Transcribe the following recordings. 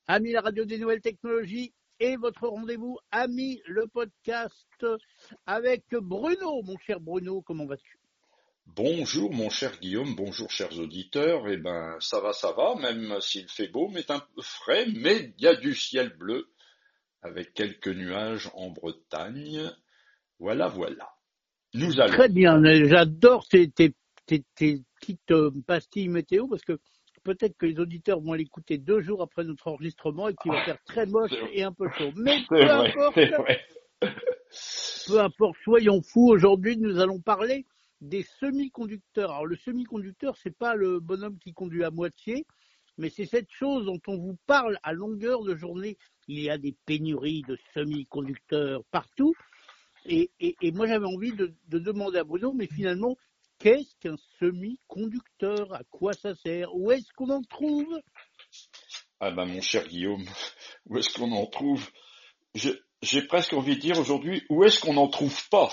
Amis la radio des nouvelles technologies et votre rendez-vous, amis le podcast avec Bruno. Mon cher Bruno, comment vas-tu? Bonjour mon cher Guillaume, bonjour chers auditeurs. Eh ben ça va, même s'il fait beau, mais un peu frais, mais il y a du ciel bleu avec quelques nuages en Bretagne. Voilà. Nous allons. Très bien, j'adore tes petites pastilles météo parce que peut-être que les auditeurs vont l'écouter 2 jours après notre enregistrement et qu'il va faire très moche et un peu chaud. Mais C'est vrai. peu importe, soyons fous. Aujourd'hui, nous allons parler des semi-conducteurs. Alors, le semi-conducteur, c'est pas le bonhomme qui conduit à moitié, mais c'est cette chose dont on vous parle à longueur de journée. Il y a des pénuries de semi-conducteurs partout. Et moi, j'avais envie de demander à Bruno, mais finalement, qu'est-ce qu'un semi-conducteur? À quoi ça sert? Où est-ce qu'on en trouve? Ah ben mon cher Guillaume, où est-ce qu'on en trouve? J'ai presque envie de dire aujourd'hui, où est-ce qu'on n'en trouve pas?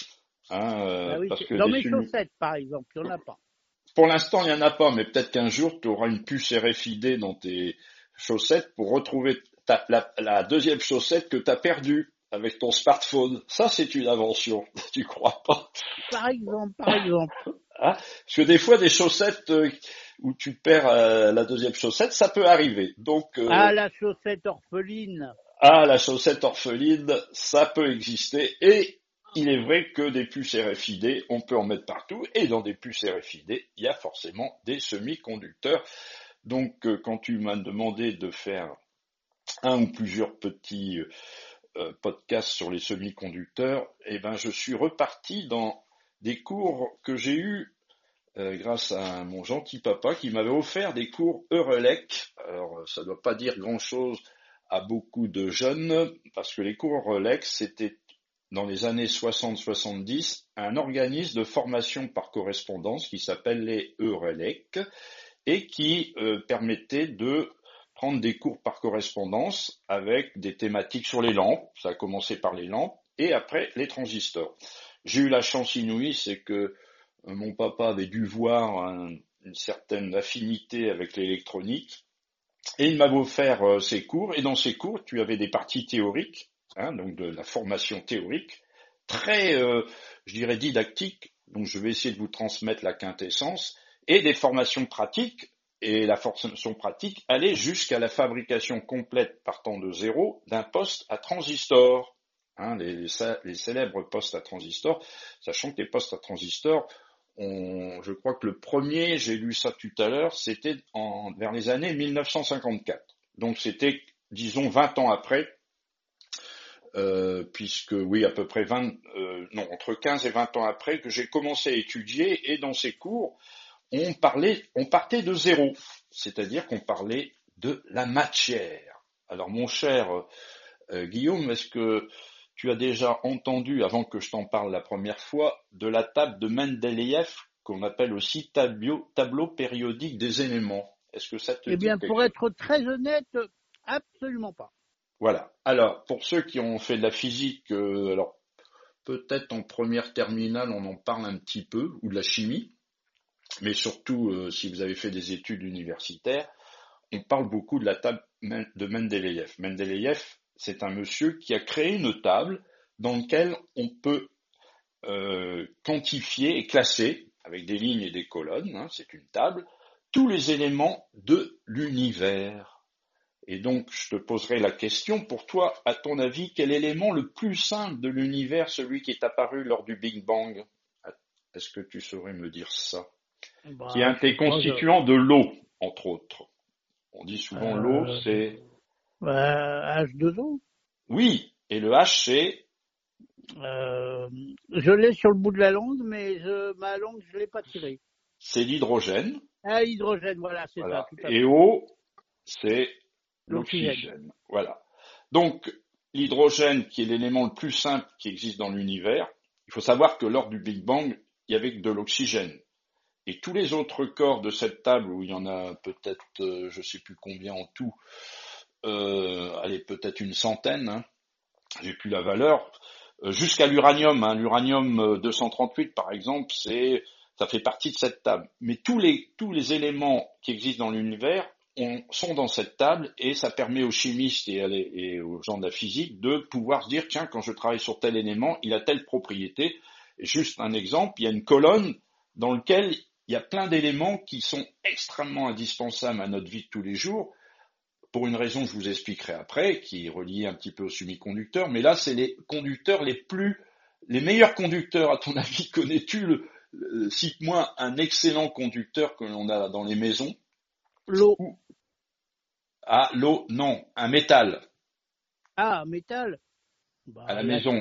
Ah oui, Parce que dans mes chaussettes, par exemple, il n'y en a pas. pour l'instant, il n'y en a pas, mais peut-être qu'un jour, tu auras une puce RFID dans tes chaussettes pour retrouver la deuxième chaussette que tu as perdue avec ton smartphone. Ça, c'est une invention, tu crois pas? Par exemple. Hein? Parce que des fois, des chaussettes où tu perds la deuxième chaussette, ça peut arriver. Donc, La chaussette orpheline. la chaussette orpheline, ça peut exister. Et il est vrai que des puces RFID, on peut en mettre partout. Et dans des puces RFID, il y a forcément des semi-conducteurs. Donc, quand tu m'as demandé de faire un ou plusieurs petits podcasts sur les semi-conducteurs, eh ben, je suis reparti dans des cours que j'ai eus grâce à mon gentil papa qui m'avait offert des cours Eurelec. Alors, ça ne doit pas dire grand-chose à beaucoup de jeunes, parce que les cours Eurelec, c'était dans les années 60-70, un organisme de formation par correspondance qui s'appelle les Eurelec et qui permettait de prendre des cours par correspondance avec des thématiques sur les lampes. Ça a commencé par les lampes et après les transistors. J'ai eu la chance inouïe, c'est que mon papa avait dû voir une certaine affinité avec l'électronique et il m'avait offert ces cours. Et dans ces cours, tu avais des parties théoriques, donc de la formation théorique, très, je dirais, didactique. Donc je vais essayer de vous transmettre la quintessence et des formations pratiques. Et la formation pratique allait jusqu'à la fabrication complète partant de zéro d'un poste à transistor. Les célèbres postes à transistor, sachant que les postes à transistor, je crois que le premier, j'ai lu ça tout à l'heure, c'était vers les années 1954. Donc c'était, disons, 20 ans après, puisque oui, à peu près entre 15 et 20 ans après que j'ai commencé à étudier, et dans ces cours, on partait de zéro, c'est-à-dire qu'on parlait de la matière. Alors mon cher Guillaume, est-ce que tu as déjà entendu, avant que je t'en parle la première fois, de la table de Mendeleïev, qu'on appelle aussi tableau périodique des éléments? Est-ce que ça te dit Eh bien, quelque pour chose? être très honnête, absolument pas. Voilà. Alors, pour ceux qui ont fait de la physique, alors peut-être en première terminale, on en parle un petit peu, ou de la chimie, mais surtout si vous avez fait des études universitaires, on parle beaucoup de la table de Mendeleïev. Mendeleïev, c'est un monsieur qui a créé une table dans laquelle on peut quantifier et classer, avec des lignes et des colonnes, c'est une table, tous les éléments de l'univers. Et donc, je te poserai la question, pour toi, à ton avis, quel élément le plus simple de l'univers, celui qui est apparu lors du Big Bang? Est-ce que tu saurais me dire ça? Qui est un des constituants de l'eau, entre autres. On dit souvent l'eau, c'est... H2O. Oui, et le H, c'est... Je l'ai sur le bout de la langue, mais ma langue, je ne l'ai pas tirée. C'est l'hydrogène. L'hydrogène, voilà, c'est ça, tout à fait. Et O, c'est l'oxygène. Voilà. Donc, l'hydrogène, qui est l'élément le plus simple qui existe dans l'univers, il faut savoir que lors du Big Bang, il y avait que de l'oxygène. Et tous les autres corps de cette table, où il y en a peut-être, je ne sais plus combien en tout, peut-être une centaine, j'ai plus la valeur, jusqu'à l'uranium, l'uranium 238 par exemple, ça fait partie de cette table. Mais tous les éléments qui existent dans l'univers sont dans cette table et ça permet aux chimistes et aux gens de la physique de pouvoir se dire, tiens, quand je travaille sur tel élément, il a telle propriété. Juste un exemple, il y a une colonne dans laquelle il y a plein d'éléments qui sont extrêmement indispensables à notre vie de tous les jours, pour une raison que je vous expliquerai après, qui est reliée un petit peu aux semi-conducteurs, mais là, c'est les conducteurs les meilleurs conducteurs, à ton avis, connais-tu cite-moi un excellent conducteur que l'on a dans les maisons. L'eau. Ah, l'eau, non, un métal. Ah, métal. À Bah, la maison.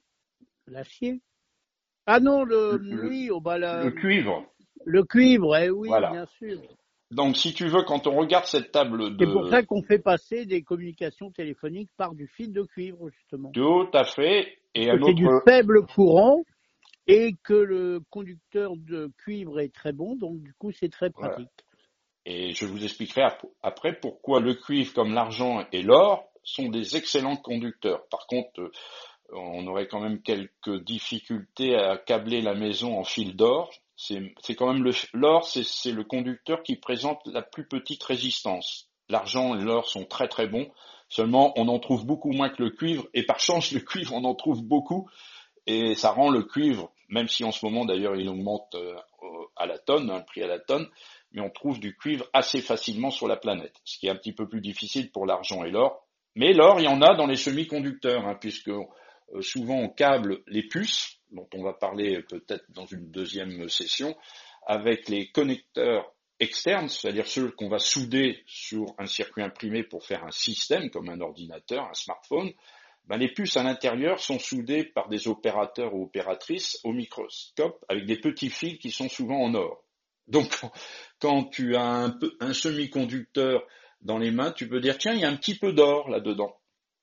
L'acier. Ah non, oui, le cuivre. Le cuivre, oui, Voilà. bien sûr. Donc, si tu veux, quand on regarde cette table C'est pour ça qu'on fait passer des communications téléphoniques par du fil de cuivre, justement. Tout à fait. Et c'est du faible courant et que le conducteur de cuivre est très bon, donc du coup, c'est très pratique. Voilà. Et je vous expliquerai après pourquoi le cuivre, comme l'argent et l'or, sont des excellents conducteurs. Par contre, on aurait quand même quelques difficultés à câbler la maison en fil d'or. C'est quand même l'or, c'est le conducteur qui présente la plus petite résistance. L'argent et l'or sont très très bons. Seulement, on en trouve beaucoup moins que le cuivre. Et par chance, le cuivre, on en trouve beaucoup. Et ça rend le cuivre, même si en ce moment d'ailleurs il augmente à la tonne, le prix à la tonne, mais on trouve du cuivre assez facilement sur la planète. Ce qui est un petit peu plus difficile pour l'argent et l'or. Mais l'or, il y en a dans les semi-conducteurs, puisque souvent on câble les puces, dont on va parler peut-être dans une deuxième session, avec les connecteurs externes, c'est-à-dire ceux qu'on va souder sur un circuit imprimé pour faire un système, comme un ordinateur, un smartphone. Les puces à l'intérieur sont soudées par des opérateurs ou opératrices au microscope avec des petits fils qui sont souvent en or. Donc, quand tu as un semi-conducteur dans les mains, tu peux dire, tiens, il y a un petit peu d'or là-dedans.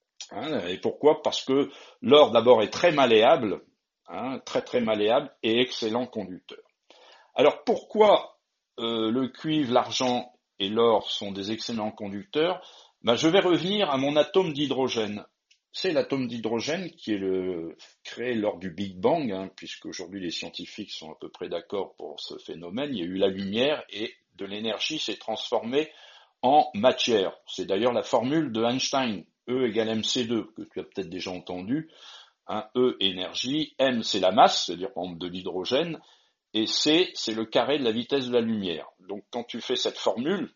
Et pourquoi ? Parce que l'or d'abord est très malléable, très très malléable et excellent conducteur. Alors pourquoi le cuivre, l'argent et l'or sont des excellents conducteurs ? Je vais revenir à mon atome d'hydrogène. C'est l'atome d'hydrogène qui est créé lors du Big Bang, puisque aujourd'hui les scientifiques sont à peu près d'accord pour ce phénomène. Il y a eu la lumière et de l'énergie s'est transformée en matière. C'est d'ailleurs la formule de Einstein, E égale mc2, que tu as peut-être déjà entendu. E, énergie, m, c'est la masse, c'est-à-dire par exemple de l'hydrogène, et c, c'est le carré de la vitesse de la lumière. Donc quand tu fais cette formule,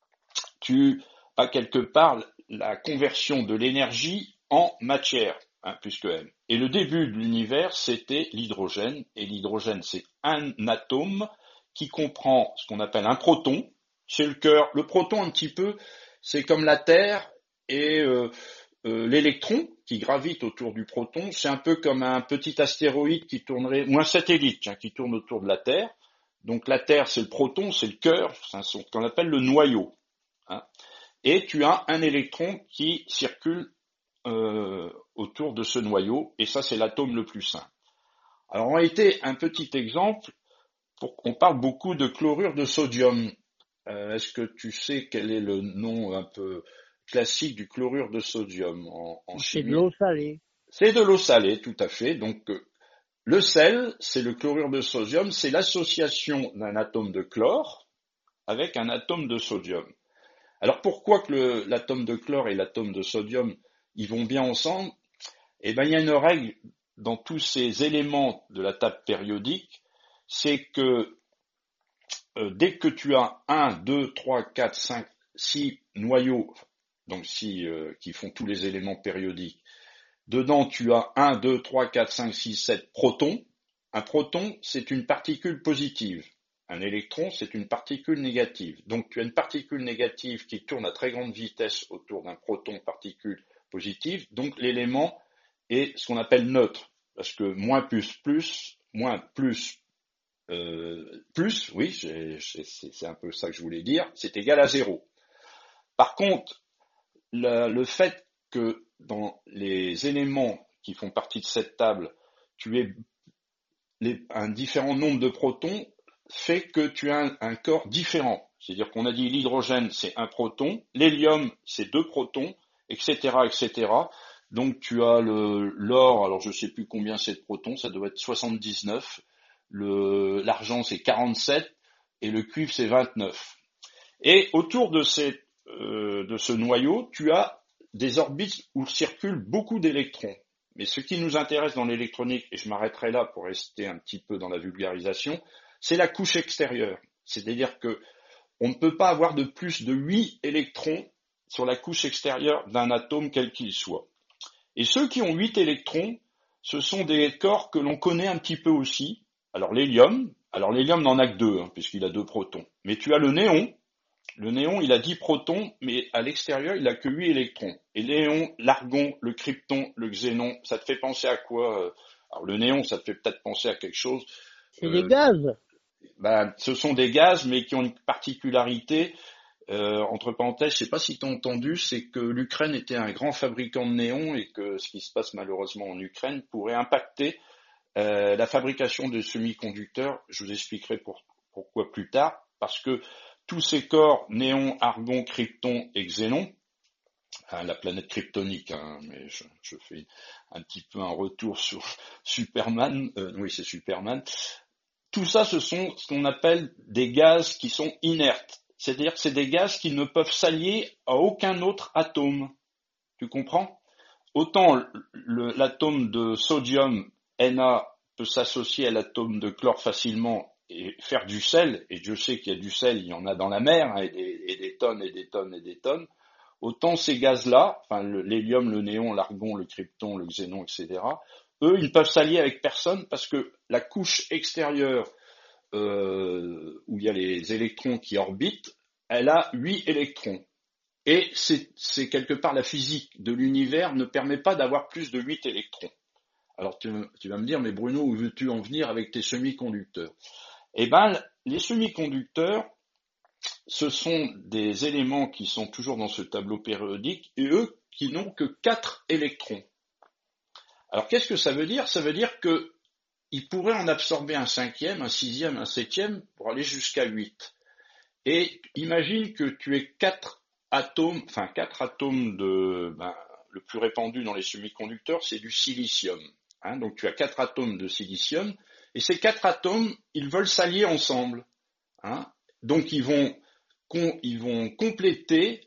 tu as quelque part la conversion de l'énergie en matière, puisque m. Et le début de l'univers, c'était l'hydrogène, et l'hydrogène, c'est un atome qui comprend ce qu'on appelle un proton, c'est le cœur. Le proton, un petit peu, c'est comme la Terre et l'électron qui gravite autour du proton, c'est un peu comme un petit astéroïde qui tournerait, ou un satellite qui tourne autour de la Terre. Donc la Terre, c'est le proton, c'est le cœur, c'est ce qu'on appelle le noyau. Et tu as un électron qui circule autour de ce noyau, et ça c'est l'atome le plus simple. Alors en réalité, un petit exemple, on parle beaucoup de chlorure de sodium. Est-ce que tu sais quel est le nom un peu classique du chlorure de sodium en chimie ? C'est de l'eau salée. C'est de l'eau salée, tout à fait. Donc le sel, c'est le chlorure de sodium, c'est l'association d'un atome de chlore avec un atome de sodium. Alors pourquoi que l'atome de chlore et l'atome de sodium, ils vont bien ensemble ? Il y a une règle dans tous ces éléments de la table périodique, c'est que dès que tu as 1, 2, 3, 4, 5, 6 noyaux, donc qui font tous les éléments périodiques, dedans tu as 1, 2, 3, 4, 5, 6, 7 protons. Un proton, c'est une particule positive. Un électron, c'est une particule négative. Donc tu as une particule négative qui tourne à très grande vitesse autour d'un proton particule positive. Donc l'élément est ce qu'on appelle neutre. Parce que moins plus, oui, c'est un peu ça que je voulais dire, c'est égal à 0. Par contre, le fait que dans les éléments qui font partie de cette table, tu aies un différent nombre de protons, fait que tu as un corps différent. C'est-à-dire qu'on a dit l'hydrogène, c'est un proton, l'hélium, c'est 2 protons, etc., etc. Donc tu as l'or, alors je ne sais plus combien c'est de protons, ça doit être 79. L'argent, c'est 47 et le cuivre, c'est 29. Et autour de ce noyau, tu as des orbites où circulent beaucoup d'électrons. Mais ce qui nous intéresse dans l'électronique, et je m'arrêterai là pour rester un petit peu dans la vulgarisation, c'est la couche extérieure. C'est-à-dire que on ne peut pas avoir de plus de 8 électrons sur la couche extérieure d'un atome quel qu'il soit. Et ceux qui ont 8 électrons, ce sont des corps que l'on connaît un petit peu aussi. Alors l'hélium n'en a que 2, puisqu'il a 2 protons. Mais tu as le néon. Le néon, il a 10 protons, mais à l'extérieur, il a que 8 électrons. Et l'éon, l'argon, le krypton, le xénon, ça te fait penser à quoi? Alors le néon, ça te fait peut-être penser à quelque chose. C'est des gaz. Ce sont des gaz, mais qui ont une particularité. Entre parenthèses, je ne sais pas si tu as entendu, c'est que l'Ukraine était un grand fabricant de néon et que ce qui se passe malheureusement en Ukraine pourrait impacter la fabrication de semi-conducteurs. Je vous expliquerai pourquoi plus tard, parce que tous ces corps, néon, argon, krypton et xénon, la planète kryptonique, mais je fais un petit peu un retour sur Superman, oui c'est Superman, tout ça ce sont ce qu'on appelle des gaz qui sont inertes, c'est-à-dire que c'est des gaz qui ne peuvent s'allier à aucun autre atome, tu comprends? Autant l'atome de sodium Na peut s'associer à l'atome de chlore facilement et faire du sel, et Dieu sait qu'il y a du sel, il y en a dans la mer, et des tonnes et des tonnes et des tonnes, autant ces gaz-là, enfin l'hélium, le néon, l'argon, le krypton, le xénon, etc., eux, ils ne peuvent s'allier avec personne parce que la couche extérieure où il y a les électrons qui orbitent, elle a 8 électrons. Et c'est quelque part la physique de l'univers ne permet pas d'avoir plus de 8 électrons. Alors tu vas me dire, mais Bruno, où veux-tu en venir avec tes semi-conducteurs? Eh bien, les semi-conducteurs, ce sont des éléments qui sont toujours dans ce tableau périodique et eux qui n'ont que 4 électrons. Alors qu'est-ce que ça veut dire? Ça veut dire qu'ils pourraient en absorber un cinquième, un sixième, un septième pour aller jusqu'à 8. Et imagine que tu aies 4 atomes, le plus répandu dans les semi-conducteurs, c'est du silicium. Donc tu as 4 atomes de silicium, et ces 4 atomes, ils veulent s'allier ensemble. Donc ils vont compléter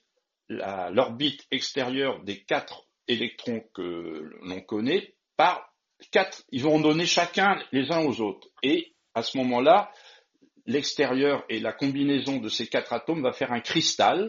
l'orbite extérieure des 4 électrons que l'on connaît par 4. Ils vont en donner chacun les uns aux autres. Et à ce moment-là, l'extérieur et la combinaison de ces 4 atomes va faire un cristal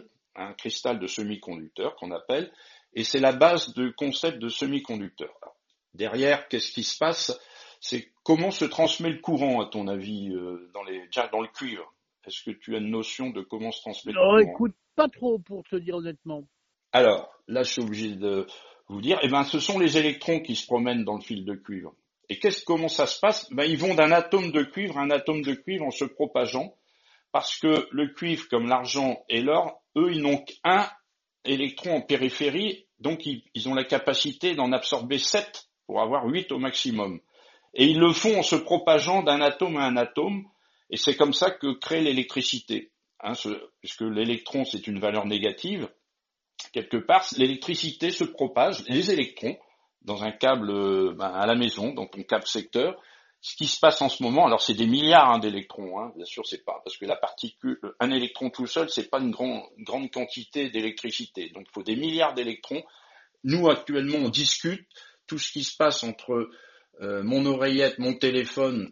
de semi-conducteur qu'on appelle, et c'est la base du concept de semi-conducteur. Alors, derrière, qu'est-ce qui se passe? C'est comment se transmet le courant, à ton avis, dans le cuivre? Est-ce que tu as une notion de comment se transmet le courant? Écoute, pas trop pour te dire honnêtement. Alors, là, je suis obligé de vous dire, ce sont les électrons qui se promènent dans le fil de cuivre. Et comment ça se passe? Ils vont d'un atome de cuivre à un atome de cuivre en se propageant, parce que le cuivre, comme l'argent et l'or, eux, ils n'ont qu'un électron en périphérie, donc ils ont la capacité d'en absorber 7 pour avoir 8 au maximum. Et ils le font en se propageant d'un atome à un atome, et c'est comme ça que crée l'électricité. Puisque l'électron, c'est une valeur négative, quelque part, l'électricité se propage, les électrons, dans un câble à la maison, donc un câble secteur. Ce qui se passe en ce moment, alors c'est des milliards d'électrons, bien sûr, c'est pas, parce que la particule, un électron tout seul, c'est pas une grande quantité d'électricité. Donc il faut des milliards d'électrons. Nous, actuellement, on discute tout ce qui se passe entre mon oreillette, mon téléphone,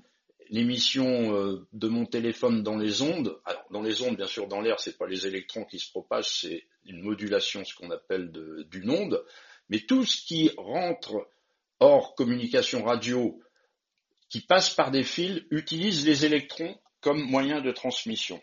l'émission de mon téléphone dans les ondes. Alors, dans les ondes, bien sûr, dans l'air, c'est pas les électrons qui se propagent, c'est une modulation, ce qu'on appelle d'une onde. Mais tout ce qui rentre hors communication radio, qui passe par des fils, utilise les électrons comme moyen de transmission.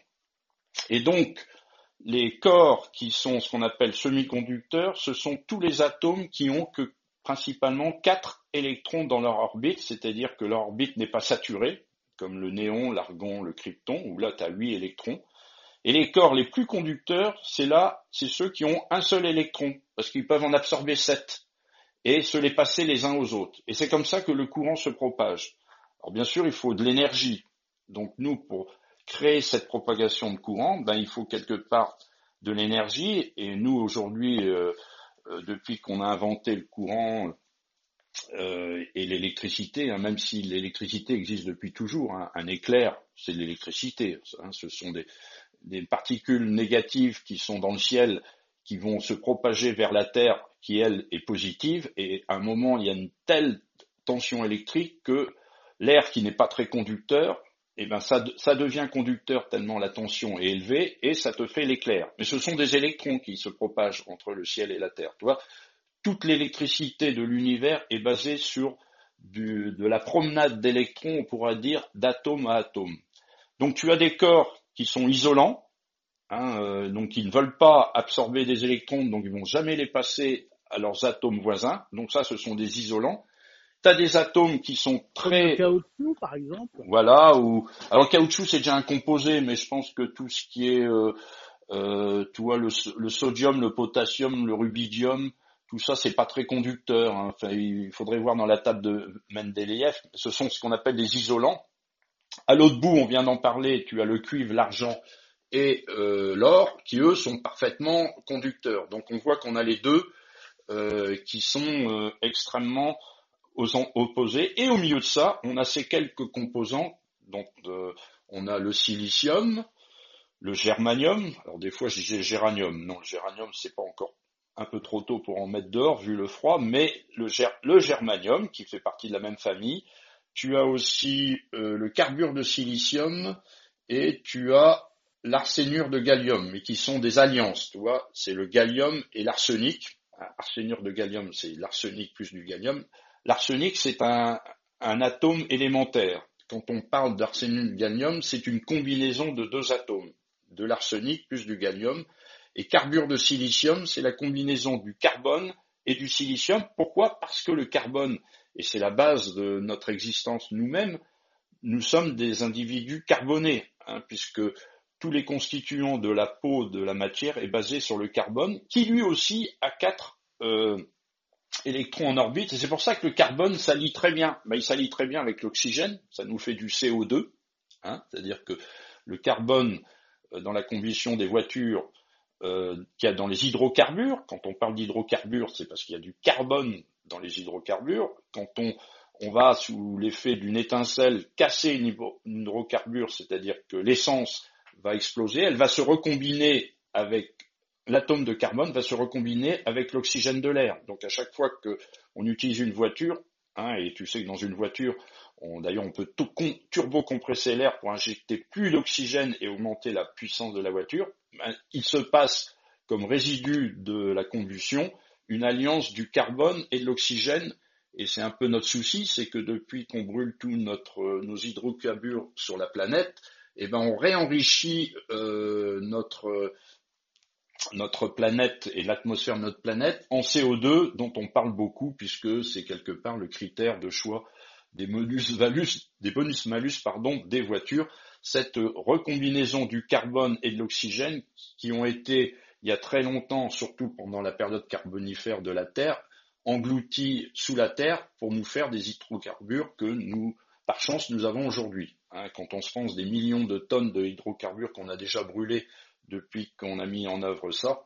Et donc, les corps qui sont ce qu'on appelle semi-conducteurs, ce sont tous les atomes qui ont que principalement 4 électrons dans leur orbite, c'est-à-dire que leur orbite n'est pas saturée, comme le néon, l'argon, le krypton, où là tu as 8 électrons. Et les corps les plus conducteurs, c'est ceux qui ont un seul électron, parce qu'ils peuvent en absorber 7, et se les passer les uns aux autres. Et c'est comme ça que le courant se propage. Alors bien sûr, il faut de l'énergie. Donc nous, pour créer cette propagation de courant, il faut quelque part de l'énergie. Et nous, aujourd'hui, depuis qu'on a inventé le courant et l'électricité, même si l'électricité existe depuis toujours, un éclair, c'est de l'électricité. Ce sont des particules négatives qui sont dans le ciel, qui vont se propager vers la Terre, qui elle est positive, et à un moment il y a une telle tension électrique que l'air qui n'est pas très conducteur, eh ben ça devient conducteur tellement la tension est élevée et ça te fait l'éclair. Mais ce sont des électrons qui se propagent entre le ciel et la Terre. Tu vois, toute l'électricité de l'univers est basée sur de la promenade d'électrons, on pourrait dire d'atome à atome. Donc tu as des corps qui sont isolants, donc qui ne veulent pas absorber des électrons, donc ils vont jamais les passer à leurs atomes voisins. Donc ça, ce sont des isolants. Tu as des atomes qui sont très... Comme le caoutchouc, par exemple. Voilà, alors le caoutchouc, c'est déjà un composé, mais je pense que tout ce qui est, tu vois, le sodium, le potassium, le rubidium, tout ça, c'est pas très conducteur. Enfin, il faudrait voir dans la table de Mendeleïev. Ce sont ce qu'on appelle des isolants. À l'autre bout, on vient d'en parler, tu as le cuivre, l'argent et l'or, qui eux sont parfaitement conducteurs. Donc on voit qu'on a les deux qui sont extrêmement opposés. Et au milieu de ça, on a ces quelques composants. Donc on a le silicium, le germanium. Alors des fois je disais géranium. Non, le géranium c'est pas encore un peu trop tôt pour en mettre dehors vu le froid, mais le germanium qui fait partie de la même famille. Tu as aussi le carbure de silicium et tu as l'arsénure de gallium, mais qui sont des alliances, tu vois, c'est le gallium et l'arsenic. Arsénure de gallium, c'est l'arsenic plus du gallium. L'arsenic, c'est un atome élémentaire. Quand on parle d'arsénure de gallium, c'est une combinaison de deux atomes, de l'arsenic plus du gallium. Et carbure de silicium, c'est la combinaison du carbone et du silicium. Pourquoi? Parce que le carbone, et c'est la base de notre existence nous-mêmes, nous sommes des individus carbonés, puisque tous les constituants de la peau de la matière est basé sur le carbone, qui lui aussi a 4 électrons en orbite, et c'est pour ça que le carbone s'allie très bien. Il s'allie très bien avec l'oxygène, ça nous fait du CO2, c'est-à-dire que le carbone, dans la combustion des voitures, qu'il y a dans les hydrocarbures, quand on parle d'hydrocarbures, c'est parce qu'il y a du carbone dans les hydrocarbures. Quand on va sous l'effet d'une étincelle casser une hydrocarbure, c'est-à-dire que l'essence va exploser, elle va se recombiner avec l'atome de carbone, va se recombiner avec l'oxygène de l'air. Donc à chaque fois qu'on utilise une voiture, et tu sais que dans une voiture, d'ailleurs on peut turbo-compresser l'air pour injecter plus d'oxygène et augmenter la puissance de la voiture, il se passe comme résidu de la combustion une alliance du carbone et de l'oxygène. Et c'est un peu notre souci, c'est que depuis qu'on brûle tous nos hydrocarbures sur la planète, on réenrichit notre planète et l'atmosphère de notre planète en CO2, dont on parle beaucoup, puisque c'est quelque part le critère de choix des bonus-malus des voitures, cette recombinaison du carbone et de l'oxygène qui ont été, il y a très longtemps, surtout pendant la période carbonifère de la Terre, engloutis sous la Terre pour nous faire des hydrocarbures que nous, par chance, nous avons aujourd'hui. Quand on se pense des millions de tonnes de hydrocarbures qu'on a déjà brûlés depuis qu'on a mis en œuvre ça,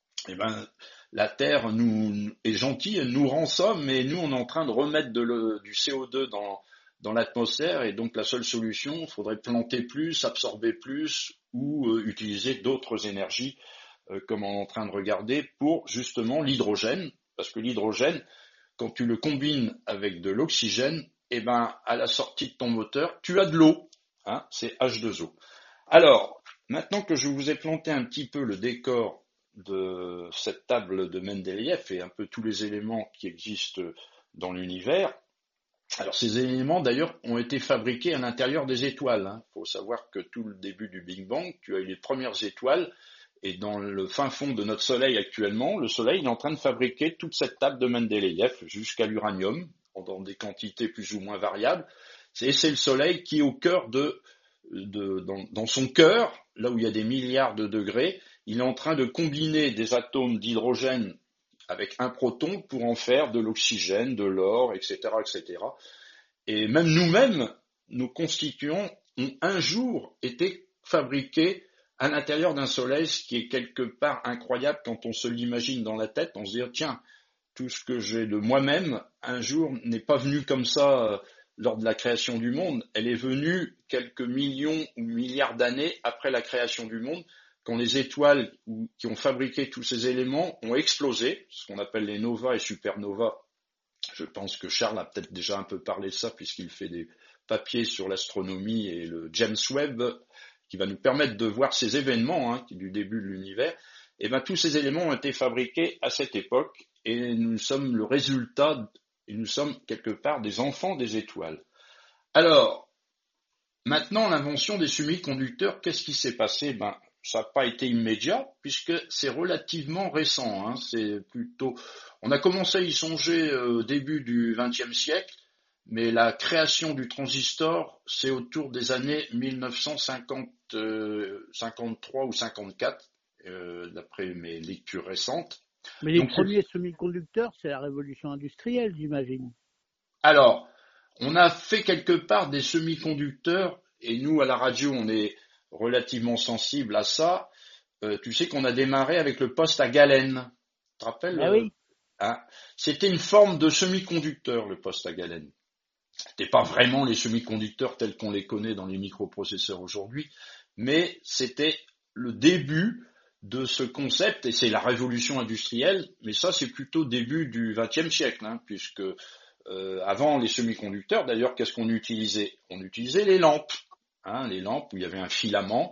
la Terre nous est gentille, elle nous rançonne, mais nous on est en train de remettre du CO2 dans l'atmosphère, et donc la seule solution, il faudrait planter plus, absorber plus ou utiliser d'autres énergies comme on est en train de regarder pour justement l'hydrogène, parce que l'hydrogène, quand tu le combines avec de l'oxygène, à la sortie de ton moteur, tu as de l'eau, c'est H2O. Alors, maintenant que je vous ai planté un petit peu le décor de cette table de Mendeleïev et un peu tous les éléments qui existent dans l'univers, alors ces éléments d'ailleurs ont été fabriqués à l'intérieur des étoiles. Il faut savoir que tout le début du Big Bang, tu as eu les premières étoiles, et dans le fin fond de notre Soleil actuellement, le Soleil est en train de fabriquer toute cette table de Mendeleïev jusqu'à l'uranium, dans des quantités plus ou moins variables. C'est le Soleil qui est au cœur dans son cœur, là où il y a des milliards de degrés, il est en train de combiner des atomes d'hydrogène avec un proton pour en faire de l'oxygène, de l'or, etc., etc. Et même nous-mêmes, nos constituants ont un jour été fabriqués à l'intérieur d'un soleil, ce qui est quelque part incroyable quand on se l'imagine dans la tête, on se dit, tiens, tout ce que j'ai de moi-même, un jour, n'est pas venu comme ça lors de la création du monde, elle est venue quelques millions ou milliards d'années après la création du monde, quand les étoiles qui ont fabriqué tous ces éléments ont explosé, ce qu'on appelle les novas et supernovas. Je pense que Charles a peut-être déjà un peu parlé de ça puisqu'il fait des papiers sur l'astronomie et le James Webb qui va nous permettre de voir ces événements du début de l'univers. Et bien tous ces éléments ont été fabriqués à cette époque et nous sommes le résultat, et nous sommes quelque part des enfants des étoiles. Alors, maintenant l'invention des semi-conducteurs, qu'est-ce qui s'est passé? Ça n'a pas été immédiat puisque c'est relativement récent. C'est plutôt, on a commencé à y songer au début du XXe siècle, mais la création du transistor, c'est autour des années 1953 ou 54, d'après mes lectures récentes. Mais les premiers semi-conducteurs, c'est la révolution industrielle, j'imagine. Alors, on a fait quelque part des semi-conducteurs, et nous, à la radio, on est relativement sensible à ça. Tu sais qu'on a démarré avec le poste à galène. Tu te rappelles? Oui. C'était une forme de semi-conducteur, le poste à galène. C'était pas vraiment les semi-conducteurs tels qu'on les connaît dans les microprocesseurs aujourd'hui, mais c'était le début de ce concept, et c'est la révolution industrielle, mais ça c'est plutôt début du XXe siècle, puisque avant les semi-conducteurs, d'ailleurs, qu'est-ce qu'on utilisait? On utilisait les lampes. Les lampes où il y avait un filament,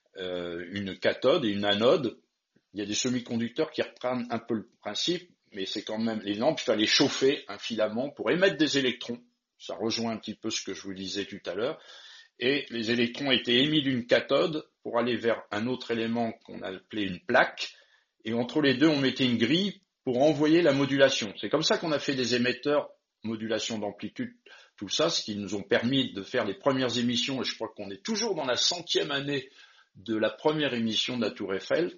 une cathode et une anode. Il y a des semi-conducteurs qui reprennent un peu le principe, mais c'est quand même les lampes, il fallait chauffer un filament pour émettre des électrons. Ça rejoint un petit peu ce que je vous disais tout à l'heure. Et les électrons étaient émis d'une cathode pour aller vers un autre élément qu'on appelait une plaque. Et entre les deux, on mettait une grille pour envoyer la modulation. C'est comme ça qu'on a fait des émetteurs, modulation d'amplitude, tout ça, ce qui nous ont permis de faire les premières émissions. Et je crois qu'on est toujours dans la 100e année de la première émission de la Tour Eiffel,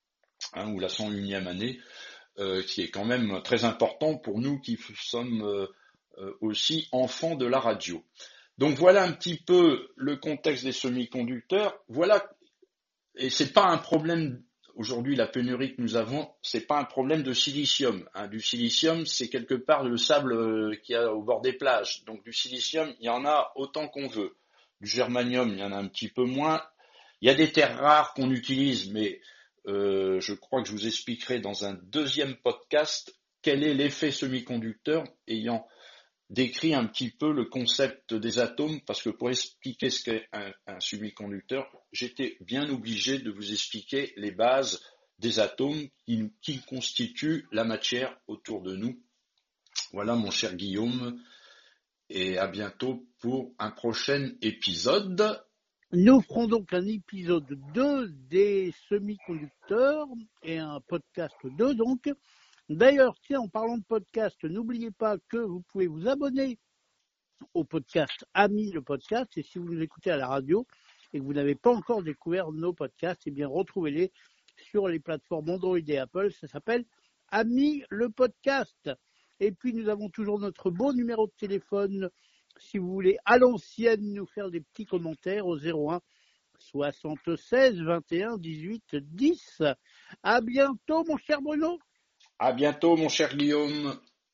ou la 101e année, qui est quand même très important pour nous qui sommes aussi enfants de la radio. Donc voilà un petit peu le contexte des semi-conducteurs. Voilà, et c'est pas un problème aujourd'hui, la pénurie que nous avons, c'est pas un problème de silicium. Du silicium, c'est quelque part le sable qu'il y a au bord des plages. Donc du silicium, il y en a autant qu'on veut. Du germanium, il y en a un petit peu moins. Il y a des terres rares qu'on utilise, mais je crois que je vous expliquerai dans un deuxième podcast quel est l'effet semi-conducteur ayant décrit un petit peu le concept des atomes, parce que pour expliquer ce qu'est un semi-conducteur, j'étais bien obligé de vous expliquer les bases des atomes qui constituent la matière autour de nous. Voilà mon cher Guillaume, et à bientôt pour un prochain épisode. Nous ferons donc un épisode 2 des semi-conducteurs et un podcast 2 donc. D'ailleurs, tiens, en parlant de podcast, n'oubliez pas que vous pouvez vous abonner au podcast Ami le podcast, et si vous nous écoutez à la radio et que vous n'avez pas encore découvert nos podcasts, eh bien retrouvez-les sur les plateformes Android et Apple. Ça s'appelle Ami le podcast. Et puis nous avons toujours notre beau numéro de téléphone si vous voulez à l'ancienne nous faire des petits commentaires au 01 76 21 18 10. À bientôt mon cher Bruno. À bientôt mon cher Guillaume.